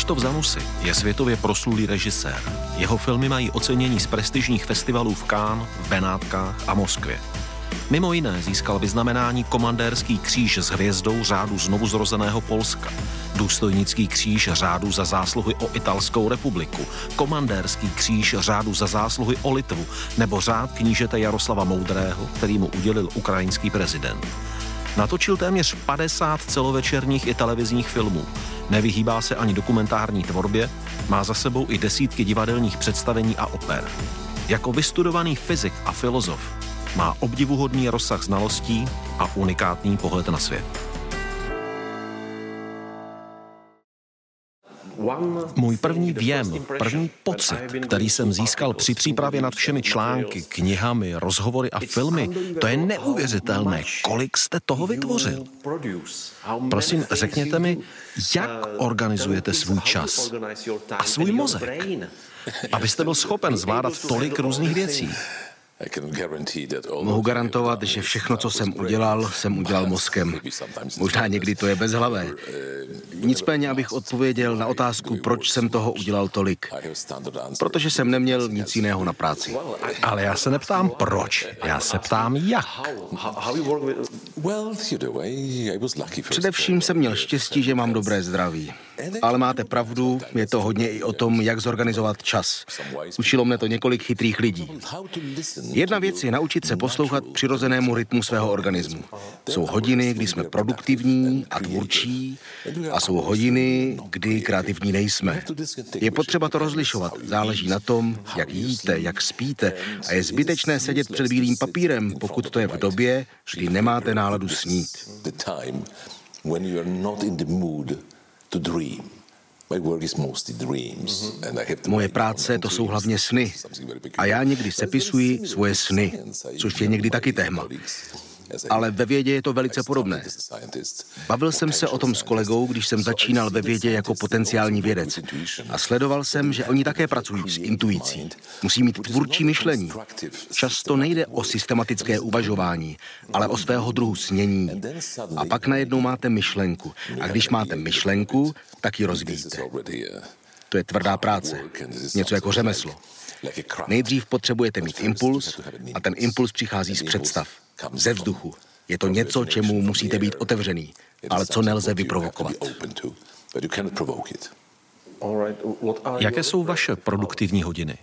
Krzysztof Zanussi je světově proslulý režisér. Jeho filmy mají ocenění z prestižních festivalů v Cannes, v Benátkách a Moskvě. Mimo jiné získal vyznamenání Komandérský kříž s hvězdou řádu znovuzrozeného Polska, důstojnický kříž řádu za zásluhy o Italskou republiku, Komandérský kříž řádu za zásluhy o Litvu nebo řád knížete Jaroslava Moudrého, který mu udělil ukrajinský prezident. Natočil téměř 50 celovečerních i televizních filmů. Nevyhýbá se ani dokumentární tvorbě, má za sebou i desítky divadelních představení a oper. Jako vystudovaný fyzik a filozof má obdivuhodný rozsah znalostí a unikátní pohled na svět. Můj první věm, první pocit, který jsem získal při přípravě nad všemi články, knihami, rozhovory a filmy, to je neuvěřitelné, kolik jste toho vytvořil. Prosím, řekněte mi, jak organizujete svůj čas a svůj mozek, abyste byl schopen zvládat tolik různých věcí. Mohu garantovat, že všechno, co jsem udělal mozkem. Možná někdy to je bezhlavé. Nicméně, abych odpověděl na otázku, proč jsem toho udělal tolik. Protože jsem neměl nic jiného na práci. Ale já se neptám proč, já se ptám jak. Především jsem měl štěstí, že mám dobré zdraví. Ale máte pravdu, je to hodně i o tom, jak zorganizovat čas. Učilo mne to několik chytrých lidí. Jedna věc je naučit se poslouchat přirozenému rytmu svého organismu. Jsou hodiny, kdy jsme produktivní a tvůrčí a jsou hodiny, kdy kreativní nejsme. Je potřeba to rozlišovat. Záleží na tom, jak jíte, jak spíte a je zbytečné sedět před bílým papírem, pokud to je v době, kdy nemáte náladu snít. Moje práce to jsou hlavně sny. A já někdy sepisuji svoje sny, což je někdy taky téma. Ale ve vědě je to velice podobné. Bavil jsem se o tom s kolegou, když jsem začínal ve vědě jako potenciální vědec. A sledoval jsem, že oni také pracují s intuicí. Musí mít tvůrčí myšlení. Často nejde o systematické uvažování, ale o svého druhu snění. A pak najednou máte myšlenku. A když máte myšlenku, tak ji rozvíjíte. To je tvrdá práce. Něco jako řemeslo. Nejdřív potřebujete mít impuls a ten impuls přichází z představ. Ze vzduchu. Je to něco, čemu musíte být otevřený, ale co nelze vyprovokovat. Jaké jsou vaše produktivní hodiny?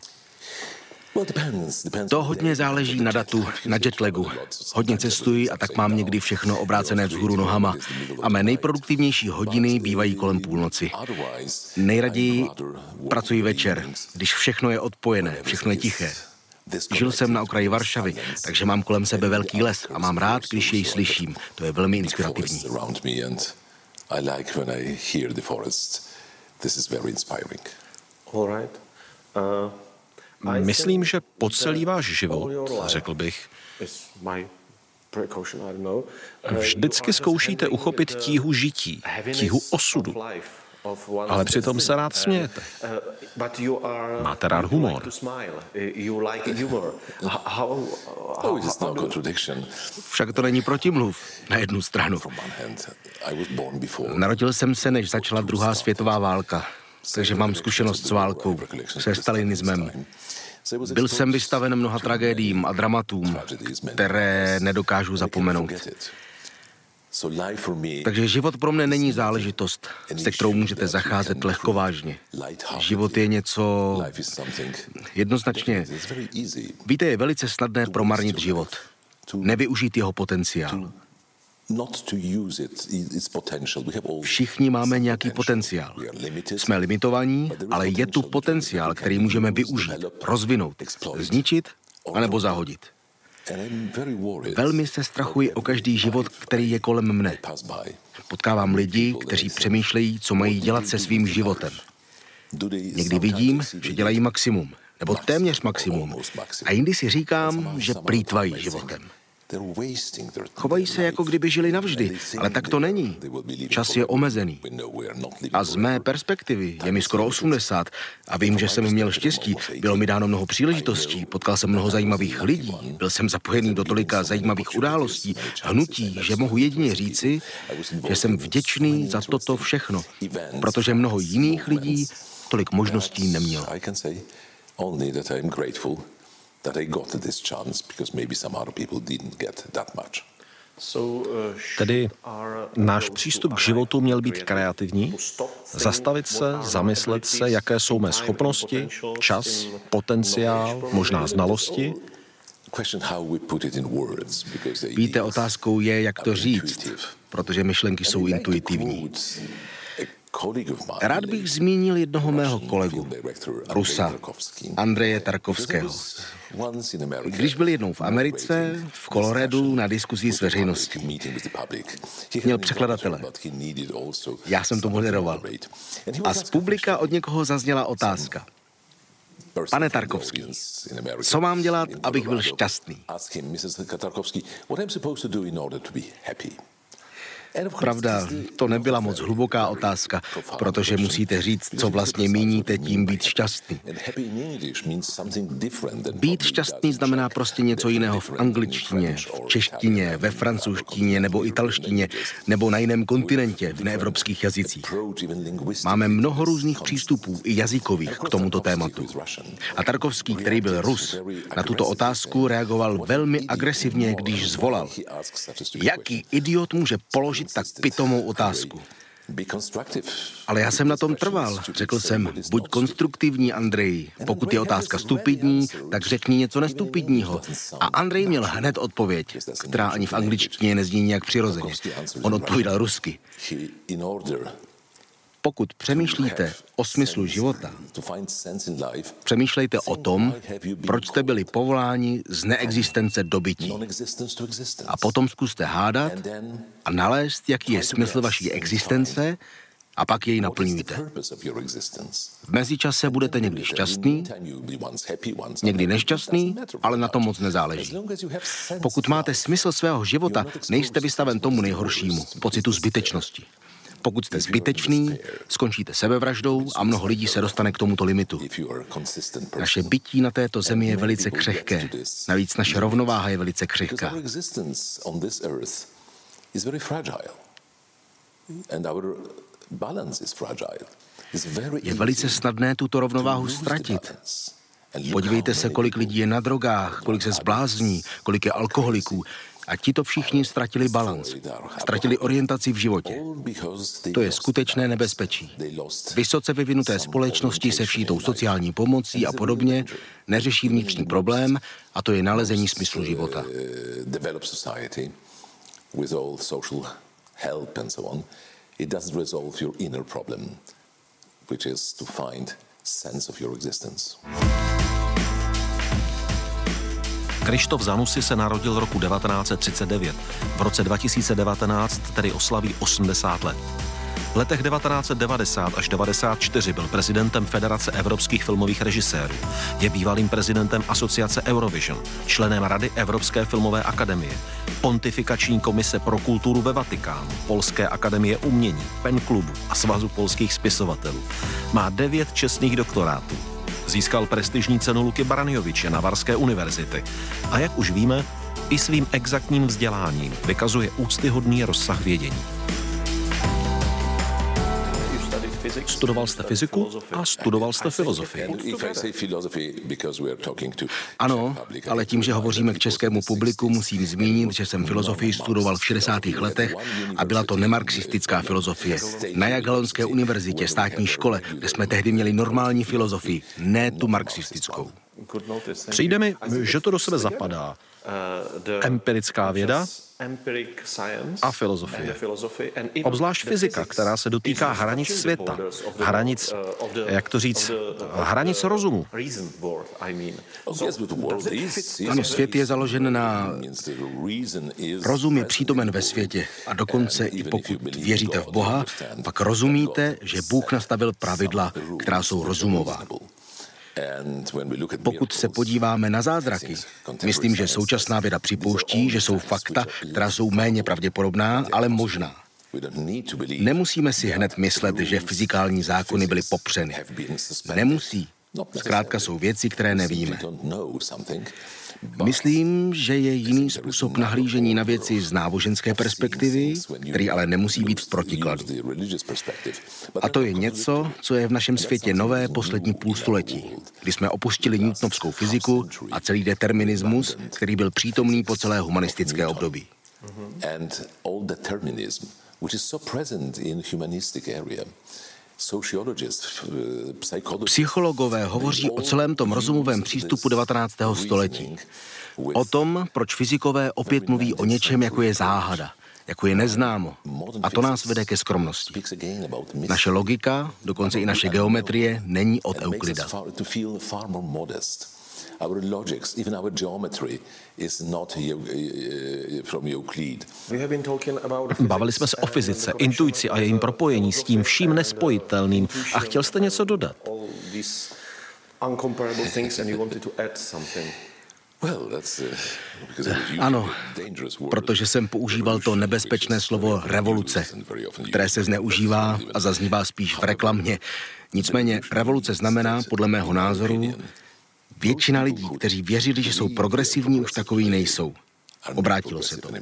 To hodně záleží na datu, na jetlagu. Hodně cestuji a tak mám někdy všechno obrácené vzhůru nohama. A mé nejproduktivnější hodiny bývají kolem půlnoci. Nejraději pracuji večer, když všechno je odpojené, všechno je tiché. Žil jsem na okraji Varšavy, takže mám kolem sebe velký les a mám rád, když jej slyším. To je velmi inspirativní. Myslím, že po celý váš život, řekl bych, vždycky zkoušíte uchopit tíhu žití, tíhu osudu. Ale přitom se rád smějete. Máte rád humor. Však to není protimluv na jednu stranu. Narodil jsem se, než začala druhá světová válka, takže mám zkušenost s válkou, se stalinismem. Byl jsem vystaven mnoha tragédiím a dramatům, které nedokážu zapomenout. Takže život pro mne není záležitost, se kterou můžete zacházet lehkovážně. Život je něco jednoznačně. Víte, je velice snadné promarnit život, nevyužít jeho potenciál. Všichni máme nějaký potenciál. Jsme limitovaní, ale je tu potenciál, který můžeme využít, rozvinout, zničit anebo zahodit. Velmi se strachuji o každý život, který je kolem mne. Potkávám lidi, kteří přemýšlejí, co mají dělat se svým životem. Někdy vidím, že dělají maximum, nebo téměř maximum. A jindy si říkám, že plýtvají životem. Chovají se, jako kdyby žili navždy, ale tak to není. Čas je omezený. A z mé perspektivy, je mi skoro 80 a vím, že jsem měl štěstí, bylo mi dáno mnoho příležitostí, potkal jsem mnoho zajímavých lidí, byl jsem zapojený do tolika zajímavých událostí, hnutí, že mohu jedině říci, že jsem vděčný za toto všechno, protože mnoho jiných lidí tolik možností nemělo. That I got this chance because maybe some other people didn't get that much. Tedy náš přístup k životu měl být kreativní, zastavit se, zamyslet se, jaké jsou mé schopnosti, čas, potenciál, možná znalosti. Víte, otázkou je, jak to říct, protože myšlenky jsou intuitivní. Rád bych zmínil jednoho mého kolegu, Rusa, Andreje Tarkovského. Když byl jednou v Americe, v Coloradu, na diskuzi s veřejností. Měl překladatele. Já jsem to moderoval. A z publika od někoho zazněla otázka. Pane Tarkovský, co mám dělat, abych byl šťastný? Pravda, to nebyla moc hluboká otázka, protože musíte říct, co vlastně míníte tím být šťastný. Být šťastný znamená prostě něco jiného v angličtině, v češtině, ve francouzštině nebo italštině, nebo na jiném kontinentě, v neevropských jazycích. Máme mnoho různých přístupů, i jazykových, k tomuto tématu. A Tarkovský, který byl Rus, na tuto otázku reagoval velmi agresivně, když zvolal: jaký idiot může položit tak pitomou otázku? Ale já jsem na tom trval. Řekl jsem, buď konstruktivní, Andrej. Pokud je otázka stupidní, tak řekni něco nestupidního. A Andrej měl hned odpověď, která ani v angličtině nezní nějak přirozeně. On odpovídal rusky. Pokud přemýšlíte o smyslu života, přemýšlejte o tom, proč jste byli povoláni z neexistence do bytí. A potom zkuste hádat a nalézt, jaký je smysl vaší existence, a pak jej naplňujte. V mezičase budete někdy šťastný, někdy nešťastný, ale na tom moc nezáleží. Pokud máte smysl svého života, nejste vystaven tomu nejhoršímu, pocitu zbytečnosti. Pokud jste zbytečný, skončíte sebevraždou a mnoho lidí se dostane k tomuto limitu. Naše bytí na této zemi je velice křehké. Navíc naše rovnováha je velice křehká. Je velice snadné tuto rovnováhu ztratit. Podívejte se, kolik lidí je na drogách, kolik se zblázní, kolik je alkoholiků. A tito všichni ztratili balanc, ztratili orientaci v životě. To je skutečné nebezpečí. Vysoce vyvinuté společnosti se vší tou sociální pomocí a podobně neřeší vnitřní problém, a to je nalezení smyslu života. Kryštof Zanussi se narodil roku 1939. V roce 2019 tedy oslaví 80 let. V letech 1990 až 1994 byl prezidentem Federace evropských filmových režisérů. Je bývalým prezidentem Asociace Eurovision, členem Rady Evropské filmové akademie, Pontifikační komise pro kulturu ve Vatikánu, Polské akademie umění, PEN klubu a Svazu polských spisovatelů. Má 9 čestných doktorátů. Získal prestižní cenu Luky Baranjoviče na Varské univerzity. A jak už víme, i svým exaktním vzděláním vykazuje úctyhodný rozsah vědění. Studoval jste fyziku a studoval jste filozofii. Ano, ale tím, že hovoříme k českému publiku, musím zmínit, že jsem filozofii studoval v 60. letech a byla to nemarxistická filozofie. Na Jagellonské univerzitě, státní škole, kde jsme tehdy měli normální filozofii, ne tu marxistickou. Přijde mi, že to do sebe zapadá. Empirická věda a filozofie. Obzvlášť fyzika, která se dotýká hranic světa. Hranic, jak to říct, hranic rozumu. Ano, svět je založen na... Rozum je přítomen ve světě a dokonce i pokud věříte v Boha, pak rozumíte, že Bůh nastavil pravidla, která jsou rozumová. Pokud se podíváme na zázraky, myslím, že současná věda připouští, že jsou fakta, která jsou méně pravděpodobná, ale možná. Nemusíme si hned myslet, že fyzikální zákony byly popřeny. Nemusí. Zkrátka jsou věci, které nevíme. Myslím, že je jiný způsob nahlížení na věci z náboženské perspektivy, který ale nemusí být v protikladu. A to je něco, co je v našem světě nové poslední půlstoletí, kdy jsme opustili newtonovskou fyziku a celý determinismus, který byl přítomný po celé humanistické období. Psychologové hovoří o celém tom rozumovém přístupu 19. století. O tom, proč fyzikové opět mluví o něčem, jako je záhada, jako je neznámo. A to nás vede ke skromnosti. Naše logika, dokonce i naše geometrie, není od Euklida. Our logics, even our geometry, is not from Euclid. Bavili jsme se o fyzice, intuici a jejím propojení s tím vším nespojitelným. A chtěl jste něco dodat? Ano, protože jsem používal to nebezpečné slovo revoluce, které se zneužívá a zaznívá spíš v reklamě. Nicméně revoluce znamená, podle mého názoru, většina lidí, kteří věřili, že jsou progresivní, už takový nejsou. Obrátilo se to.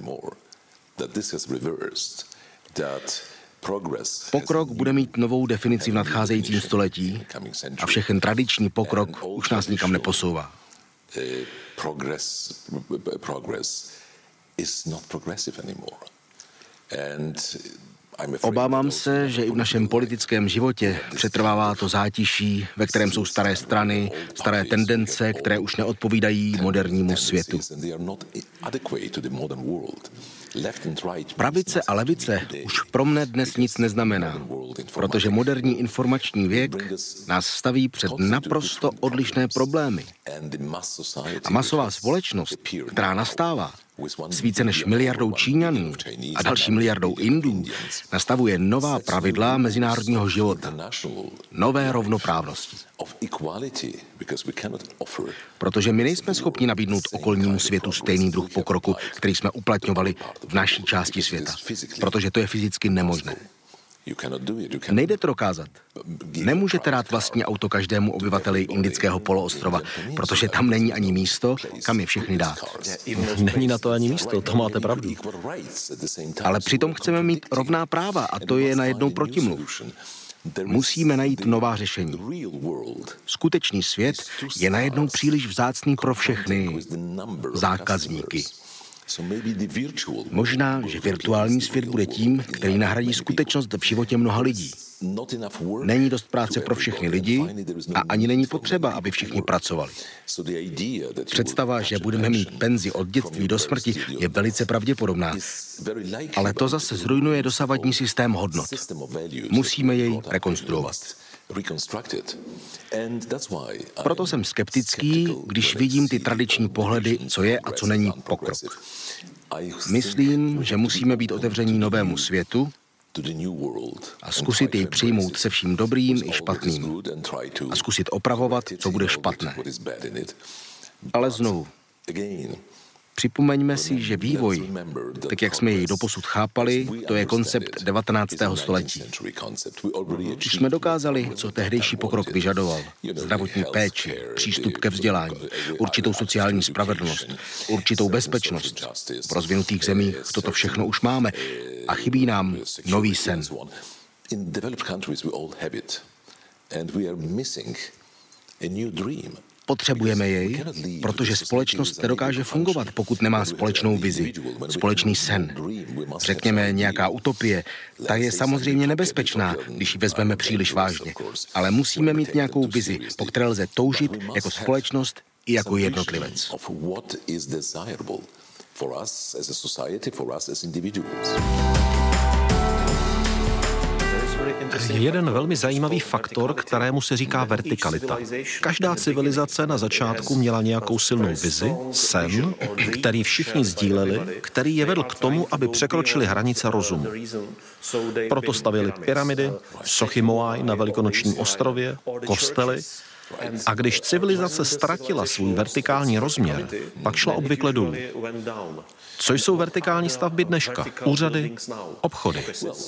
Pokrok bude mít novou definici v nadcházejícím století a všechen tradiční pokrok už nás nikam neposouvá. Obávám se, že i v našem politickém životě přetrvává to zátiší, ve kterém jsou staré strany, staré tendence, které už neodpovídají modernímu světu. Pravice a levice už pro mne dnes nic neznamená, protože moderní informační věk nás staví před naprosto odlišné problémy. A masová společnost, která nastává, s více než miliardou Číňanů a další miliardou Indů, nastavuje nová pravidla mezinárodního života, nové rovnoprávnosti. Protože my nejsme schopni nabídnout okolnímu světu stejný druh pokroku, který jsme uplatňovali v naší části světa, protože to je fyzicky nemožné. Nejde to dokázat. Nemůžete dát vlastní auto každému obyvateli indického poloostrova, protože tam není ani místo, kam je všechny dát. Není na to ani místo, to máte pravdu. Ale přitom chceme mít rovná práva a to je najednou protimluv. Musíme najít nová řešení. Skutečný svět je najednou příliš vzácný pro všechny zákazníky. Možná, že virtuální svět bude tím, který nahradí skutečnost v životě mnoha lidí. Není dost práce pro všechny lidi a ani není potřeba, aby všichni pracovali. Představa, že budeme mít penzi od dětství do smrti, je velice pravděpodobná. Ale to zase zruinuje dosavadní systém hodnot. Musíme jej rekonstruovat. Proto jsem skeptický, když vidím ty tradiční pohledy, co je a co není pokrok. Myslím, že musíme být otevření novému světu a zkusit jej přijmout se vším dobrým i špatným a zkusit opravovat, co bude špatné. Ale znovu, připomeňme si, že vývoj, tak jak jsme jej doposud chápali, to je koncept 19. století. Už jsme dokázali, co tehdejší pokrok vyžadoval. Zdravotní péči, přístup ke vzdělání, určitou sociální spravedlnost, určitou bezpečnost. V rozvinutých zemích toto všechno už máme a chybí nám nový sen. Potřebujeme jej, protože společnost nedokáže fungovat, pokud nemá společnou vizi, společný sen. Řekněme nějaká utopie, ta je samozřejmě nebezpečná, když ji vezmeme příliš vážně. Ale musíme mít nějakou vizi, po které lze toužit jako společnost i jako jednotlivec. Je jeden velmi zajímavý faktor, kterému se říká vertikalita. Každá civilizace na začátku měla nějakou silnou vizi, sen, který všichni sdíleli, který je vedl k tomu, aby překročili hranice rozumu. Proto stavěli pyramidy, sochy Moai na Velikonočním ostrově, kostely A když civilizace ztratila svůj vertikální rozměr, pak šla obvykle dolů. Co jsou vertikální stavby dneška? Úřady, obchody.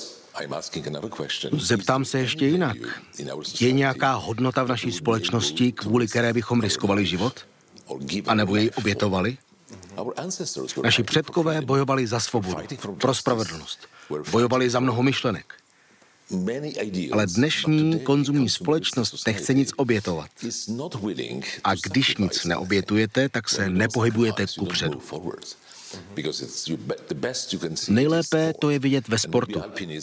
Zeptám se ještě jinak. Je nějaká hodnota v naší společnosti, kvůli které bychom riskovali život? A nebo jej obětovali? Naši předkové bojovali za svobodu, pro spravedlnost. Bojovali za mnoho myšlenek. Ale dnešní konzumní společnost nechce nic obětovat. A když nic neobětujete, tak se nepohybujete kupředu. Nejlépe to je vidět ve sportu.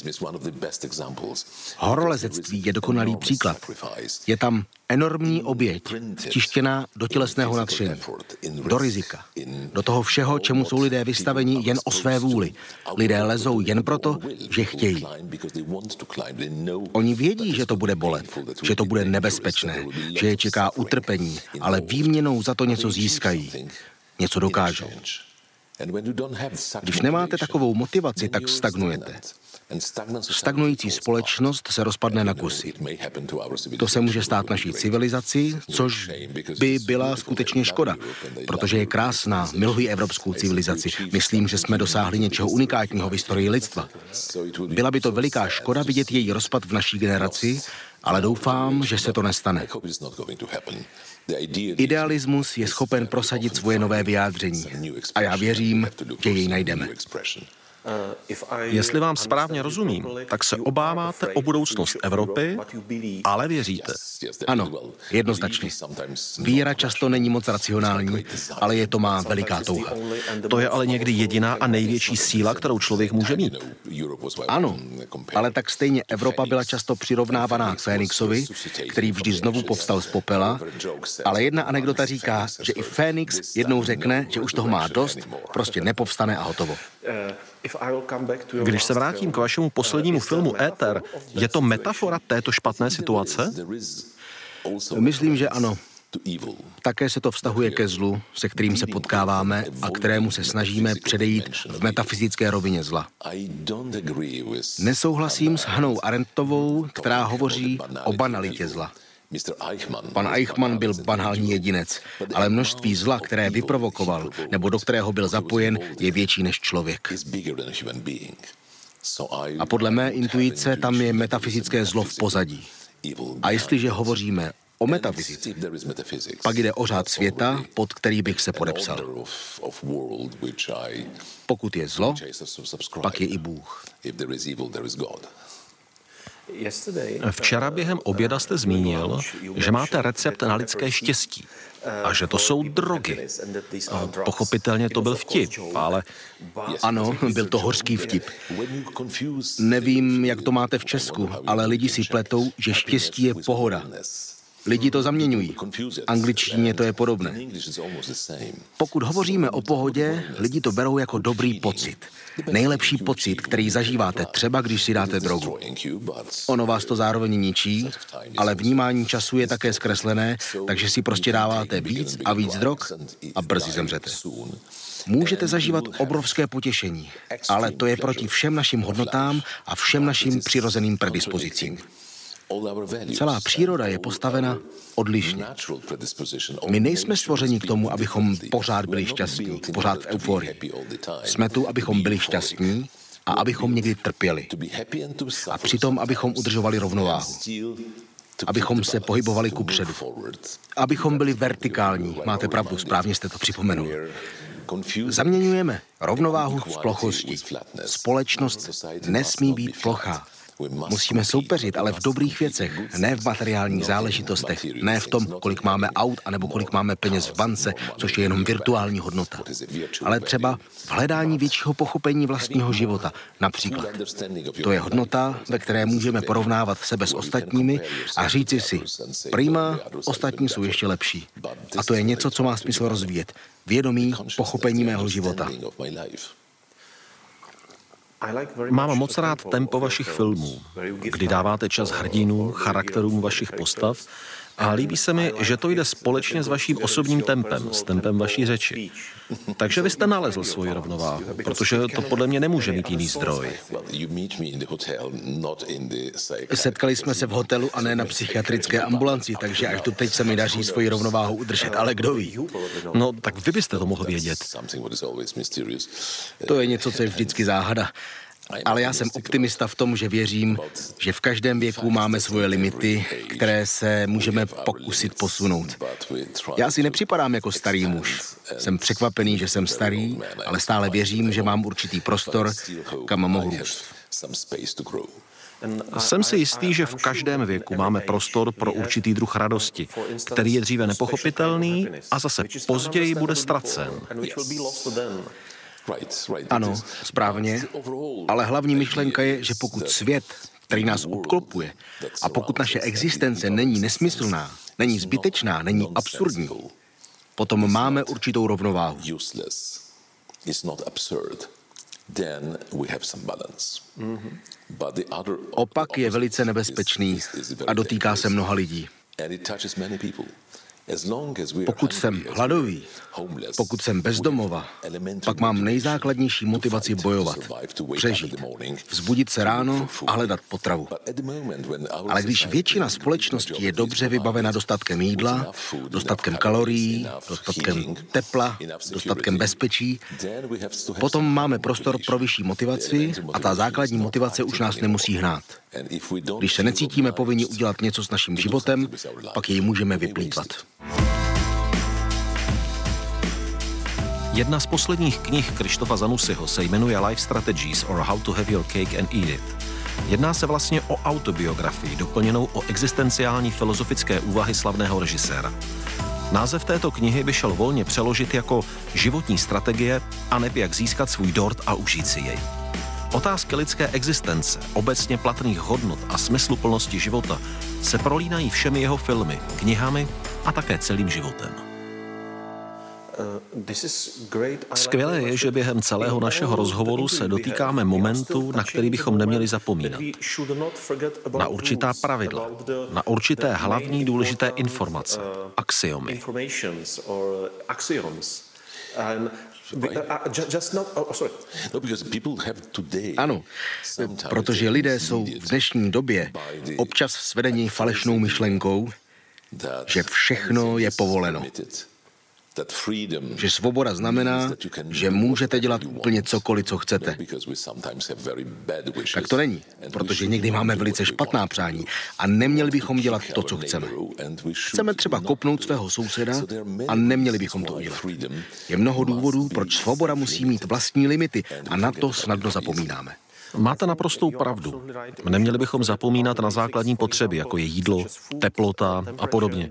Horolezectví je dokonalý příklad. Je tam enormní oběť, vtištěná do tělesného nadšení, do rizika, do toho všeho, čemu jsou lidé vystaveni jen o své vůli. Lidé lezou jen proto, že chtějí. Oni vědí, že to bude bolet, že to bude nebezpečné, že je čeká utrpení, ale výměnou za to něco získají, něco dokážou. Když nemáte takovou motivaci, tak stagnujete. Stagnující společnost se rozpadne na kusy. To se může stát naší civilizaci, což by byla skutečně škoda, protože je krásná, miluji evropskou civilizaci. Myslím, že jsme dosáhli něčeho unikátního v historii lidstva. Byla by to veliká škoda vidět její rozpad v naší generaci, ale doufám, že se to nestane. Idealismus je schopen prosadit svoje nové vyjádření a já věřím, že jej najdeme. Jestli vám správně rozumím, tak se obáváte o budoucnost Evropy, ale věříte. Ano, jednoznačně. Víra často není moc racionální, ale je to má veliká touha. To je ale někdy jediná a největší síla, kterou člověk může mít. Ano, ale tak stejně Evropa byla často přirovnávaná k Fénixovi, který vždy znovu povstal z popela, ale jedna anekdota říká, že i Fénix jednou řekne, že už toho má dost, prostě nepovstane a hotovo. Když se vrátím k vašemu poslednímu filmu Éter, je to metafora této špatné situace? Myslím, že ano. Také se to vztahuje ke zlu, se kterým se potkáváme a kterému se snažíme předejít v metafyzické rovině zla. Nesouhlasím s Hannah Arendtovou, která hovoří o banalitě zla. Pan Eichmann byl banální jedinec, ale množství zla, které vyprovokoval nebo do kterého byl zapojen, je větší než člověk. A podle mé intuice tam je metafyzické zlo v pozadí. A jestliže hovoříme o metafyzice, pak jde o řád světa, pod který bych se podepsal. Pokud je zlo, pak je i Bůh. Včera během oběda jste zmínil, že máte recept na lidské štěstí a že to jsou drogy. Pochopitelně to byl vtip, ale... Ano, byl to hořký vtip. Nevím, jak to máte v Česku, ale lidi si pletou, že štěstí je pohoda. Lidi to zaměňují. V angličtině to je podobné. Pokud hovoříme o pohodě, lidi to berou jako dobrý pocit. Nejlepší pocit, který zažíváte třeba, když si dáte drogu. Ono vás to zároveň ničí, ale vnímání času je také zkreslené, takže si prostě dáváte víc a víc drog a brzy zemřete. Můžete zažívat obrovské potěšení, ale to je proti všem našim hodnotám a všem našim přirozeným predispozicím. Celá příroda je postavena odlišně. My nejsme stvořeni k tomu, abychom pořád byli šťastní, pořád v euforii. Jsme tu, abychom byli šťastní a abychom někdy trpěli. A přitom, abychom udržovali rovnováhu. Abychom se pohybovali kupředu. Abychom byli vertikální. Máte pravdu, správně jste to připomenul. Zaměňujeme rovnováhu s plochostí. Společnost nesmí být plochá. Musíme soupeřit, ale v dobrých věcech, ne v materiálních záležitostech, ne v tom, kolik máme aut, anebo kolik máme peněz v bance, což je jenom virtuální hodnota. Ale třeba v hledání většího pochopení vlastního života, například. To je hodnota, ve které můžeme porovnávat sebe s ostatními a říci si, prima, ostatní jsou ještě lepší. A to je něco, co má smysl rozvíjet. Vědomí, pochopení mého života. Mám moc rád tempo vašich filmů, kdy dáváte čas hrdinům, charakterům vašich postav A líbí se mi, že to jde společně s vaším osobním tempem, s tempem vaší řeči. Takže vy jste nalezl svoji rovnováhu, protože to podle mě nemůže mít jiný zdroj. Setkali jsme se v hotelu a ne na psychiatrické ambulanci, takže až doteď se mi daří svoji rovnováhu udržet, ale kdo ví? No, tak vy byste to mohl vědět. To je něco, co je vždycky záhada. Ale já jsem optimista v tom, že věřím, že v každém věku máme svoje limity, které se můžeme pokusit posunout. Já si nepřipadám jako starý muž. Jsem překvapený, že jsem starý, ale stále věřím, že mám určitý prostor, kam mohu růst. Jsem si jistý, že v každém věku máme prostor pro určitý druh radosti, který je dříve nepochopitelný a zase později bude ztracen. Ano, správně, ale hlavní myšlenka je, že pokud svět, který nás obklopuje, a pokud naše existence není nesmyslná, není zbytečná, není absurdní, potom máme určitou rovnováhu. Opak je velice nebezpečný a dotýká se mnoha lidí. Pokud jsem hladový, pokud jsem bezdomova, pak mám nejzákladnější motivaci bojovat, přežít, vzbudit se ráno a hledat potravu. Ale když většina společnosti je dobře vybavena dostatkem jídla, dostatkem kalorií, dostatkem tepla, dostatkem bezpečí, potom máme prostor pro vyšší motivaci a ta základní motivace už nás nemusí hnát. Když se necítíme povinni udělat něco s naším životem, pak jej můžeme vyplýtvat. Jedna z posledních knih Krištofa Zanussiho se jmenuje Life Strategies or How to Have Your Cake and Eat It. Jedná se vlastně o autobiografii, doplněnou o existenciální filozofické úvahy slavného režiséra. Název této knihy by šel volně přeložit jako životní strategie a neb jak získat svůj dort a užít si jej. Otázky lidské existence, obecně platných hodnot a smysluplnosti života se prolínají všemi jeho filmy, knihami a také celým životem. Skvělé je, že během celého našeho rozhovoru se dotýkáme momentu, na který bychom neměli zapomínat. Na určitá pravidla, na určité hlavní důležité informace, axiomy. Ano, protože lidé jsou v dnešní době občas svedeni falešnou myšlenkou, že všechno je povoleno. Že svoboda znamená, že můžete dělat úplně cokoliv, co chcete. Tak to není, protože někdy máme velice špatná přání a neměli bychom dělat to, co chceme. Chceme třeba kopnout svého souseda a neměli bychom to udělat. Je mnoho důvodů, proč svoboda musí mít vlastní limity a na to snadno zapomínáme. Máte naprostou pravdu. Neměli bychom zapomínat na základní potřeby, jako je jídlo, teplota a podobně.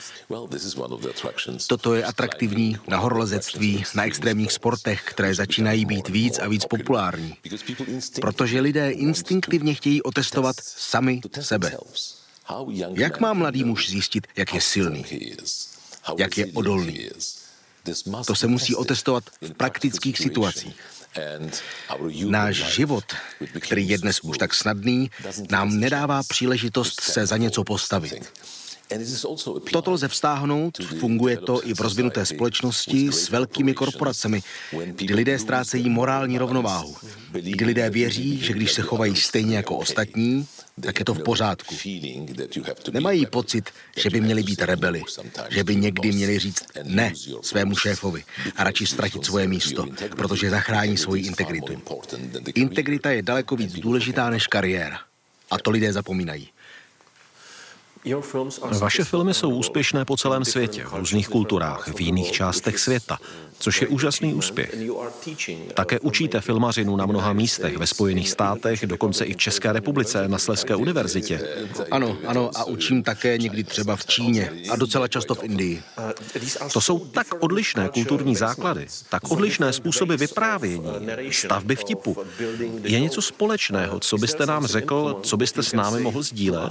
Toto je atraktivní na horolezectví, na extrémních sportech, které začínají být víc a víc populární. Protože lidé instinktivně chtějí otestovat sami sebe. Jak má mladý muž zjistit, jak je silný? Jak je odolný? To se musí otestovat v praktických situacích. Náš život, který je dnes už tak snadný, nám nedává příležitost se za něco postavit. Toto lze vztáhnout, funguje to i v rozvinuté společnosti s velkými korporacemi, kdy lidé ztrácejí morální rovnováhu, kdy lidé věří, že když se chovají stejně jako ostatní, tak je to v pořádku. Nemají pocit, že by měli být rebeli, že by někdy měli říct ne svému šéfovi a radši ztratit svoje místo, protože zachrání svoji integritu. Integrita je daleko víc důležitá než kariéra. A to lidé zapomínají. Vaše filmy jsou úspěšné po celém světě, v různých kulturách, v jiných částech světa, což je úžasný úspěch. Také učíte filmařinu na mnoha místech ve Spojených státech, dokonce i v České republice na Slezské univerzitě. Ano, a učím také někdy třeba v Číně a docela často v Indii. To jsou tak odlišné kulturní základy, tak odlišné způsoby vyprávění, stavby vtipu. Je něco společného, co byste nám řekl, co byste s námi mohl sdílet?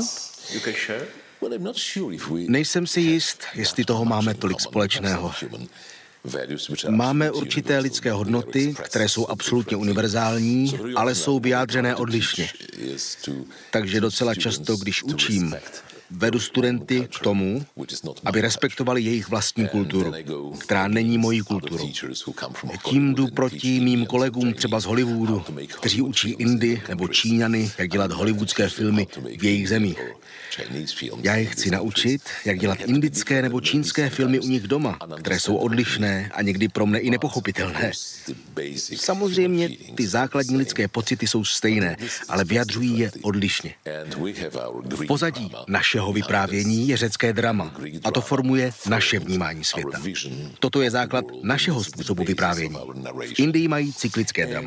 Nejsem si jist, jestli toho máme tolik společného. Máme určité lidské hodnoty, které jsou absolutně univerzální, ale jsou vyjádřené odlišně. Takže docela často, když učím, Vedu studenty k tomu, aby respektovali jejich vlastní kulturu, která není mojí kulturou. Tím jdu proti mým kolegům třeba z Hollywoodu, kteří učí Indy nebo Číňany, jak dělat hollywoodské filmy v jejich zemích. Já je chci naučit, jak dělat indické nebo čínské filmy u nich doma, které jsou odlišné a někdy pro mne i nepochopitelné. Samozřejmě ty základní lidské pocity jsou stejné, ale vyjadřují je odlišně. V pozadí našeho vyprávění je řecké drama a to formuje naše vnímání světa. Toto je základ našeho způsobu vyprávění. V Indii mají cyklické drama.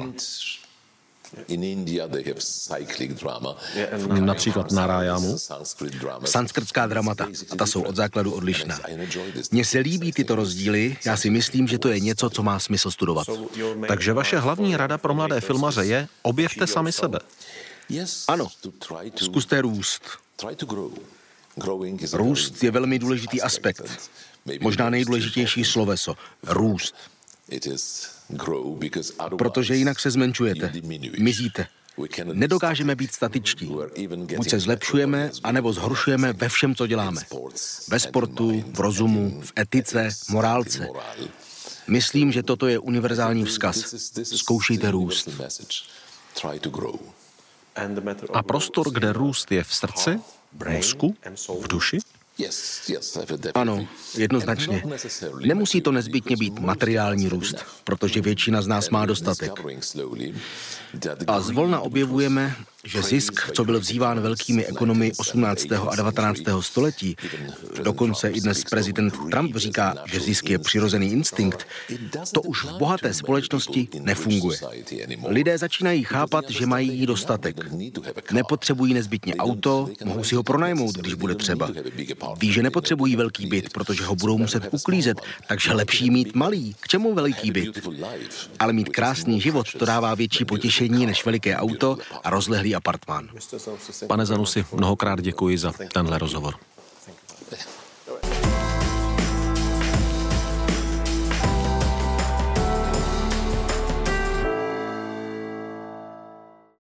Například Nárajámu. Sanskrtská dramata, a ta jsou od základu odlišná. Mně se líbí tyto rozdíly, já si myslím, že to je něco, co má smysl studovat. Takže vaše hlavní rada pro mladé filmaře je: objevte sami sebe. Ano, zkuste růst. Růst je velmi důležitý aspekt. Možná nejdůležitější sloveso. Růst. Protože jinak se zmenšujete, mizíte. Nedokážeme být statičtí. Buď se zlepšujeme, anebo zhoršujeme ve všem, co děláme. Ve sportu, v rozumu, v etice, morálce. Myslím, že toto je univerzální vzkaz. Zkoušejte růst. A prostor, kde růst je v srdci, mozku, v duši? Ano, jednoznačně. Nemusí to nezbytně být materiální růst, protože většina z nás má dostatek. A zvolna objevujeme, že zisk, co byl vzýván velkými ekonomy 18. a 19. století, dokonce i dnes prezident Trump říká, že zisk je přirozený instinkt, to už v bohaté společnosti nefunguje. Lidé začínají chápat, že mají dostatek. Nepotřebují nezbytně auto, mohou si ho pronajmout, když bude třeba. Ví, že nepotřebují velký byt, protože ho budou muset uklízet, takže lepší mít malý. K čemu veliký byt? Ale mít krásný život, to dává větší potěšení než veliké auto a rozlehlý apartmán. Pane Zanussi, mnohokrát děkuji za tenhle rozhovor.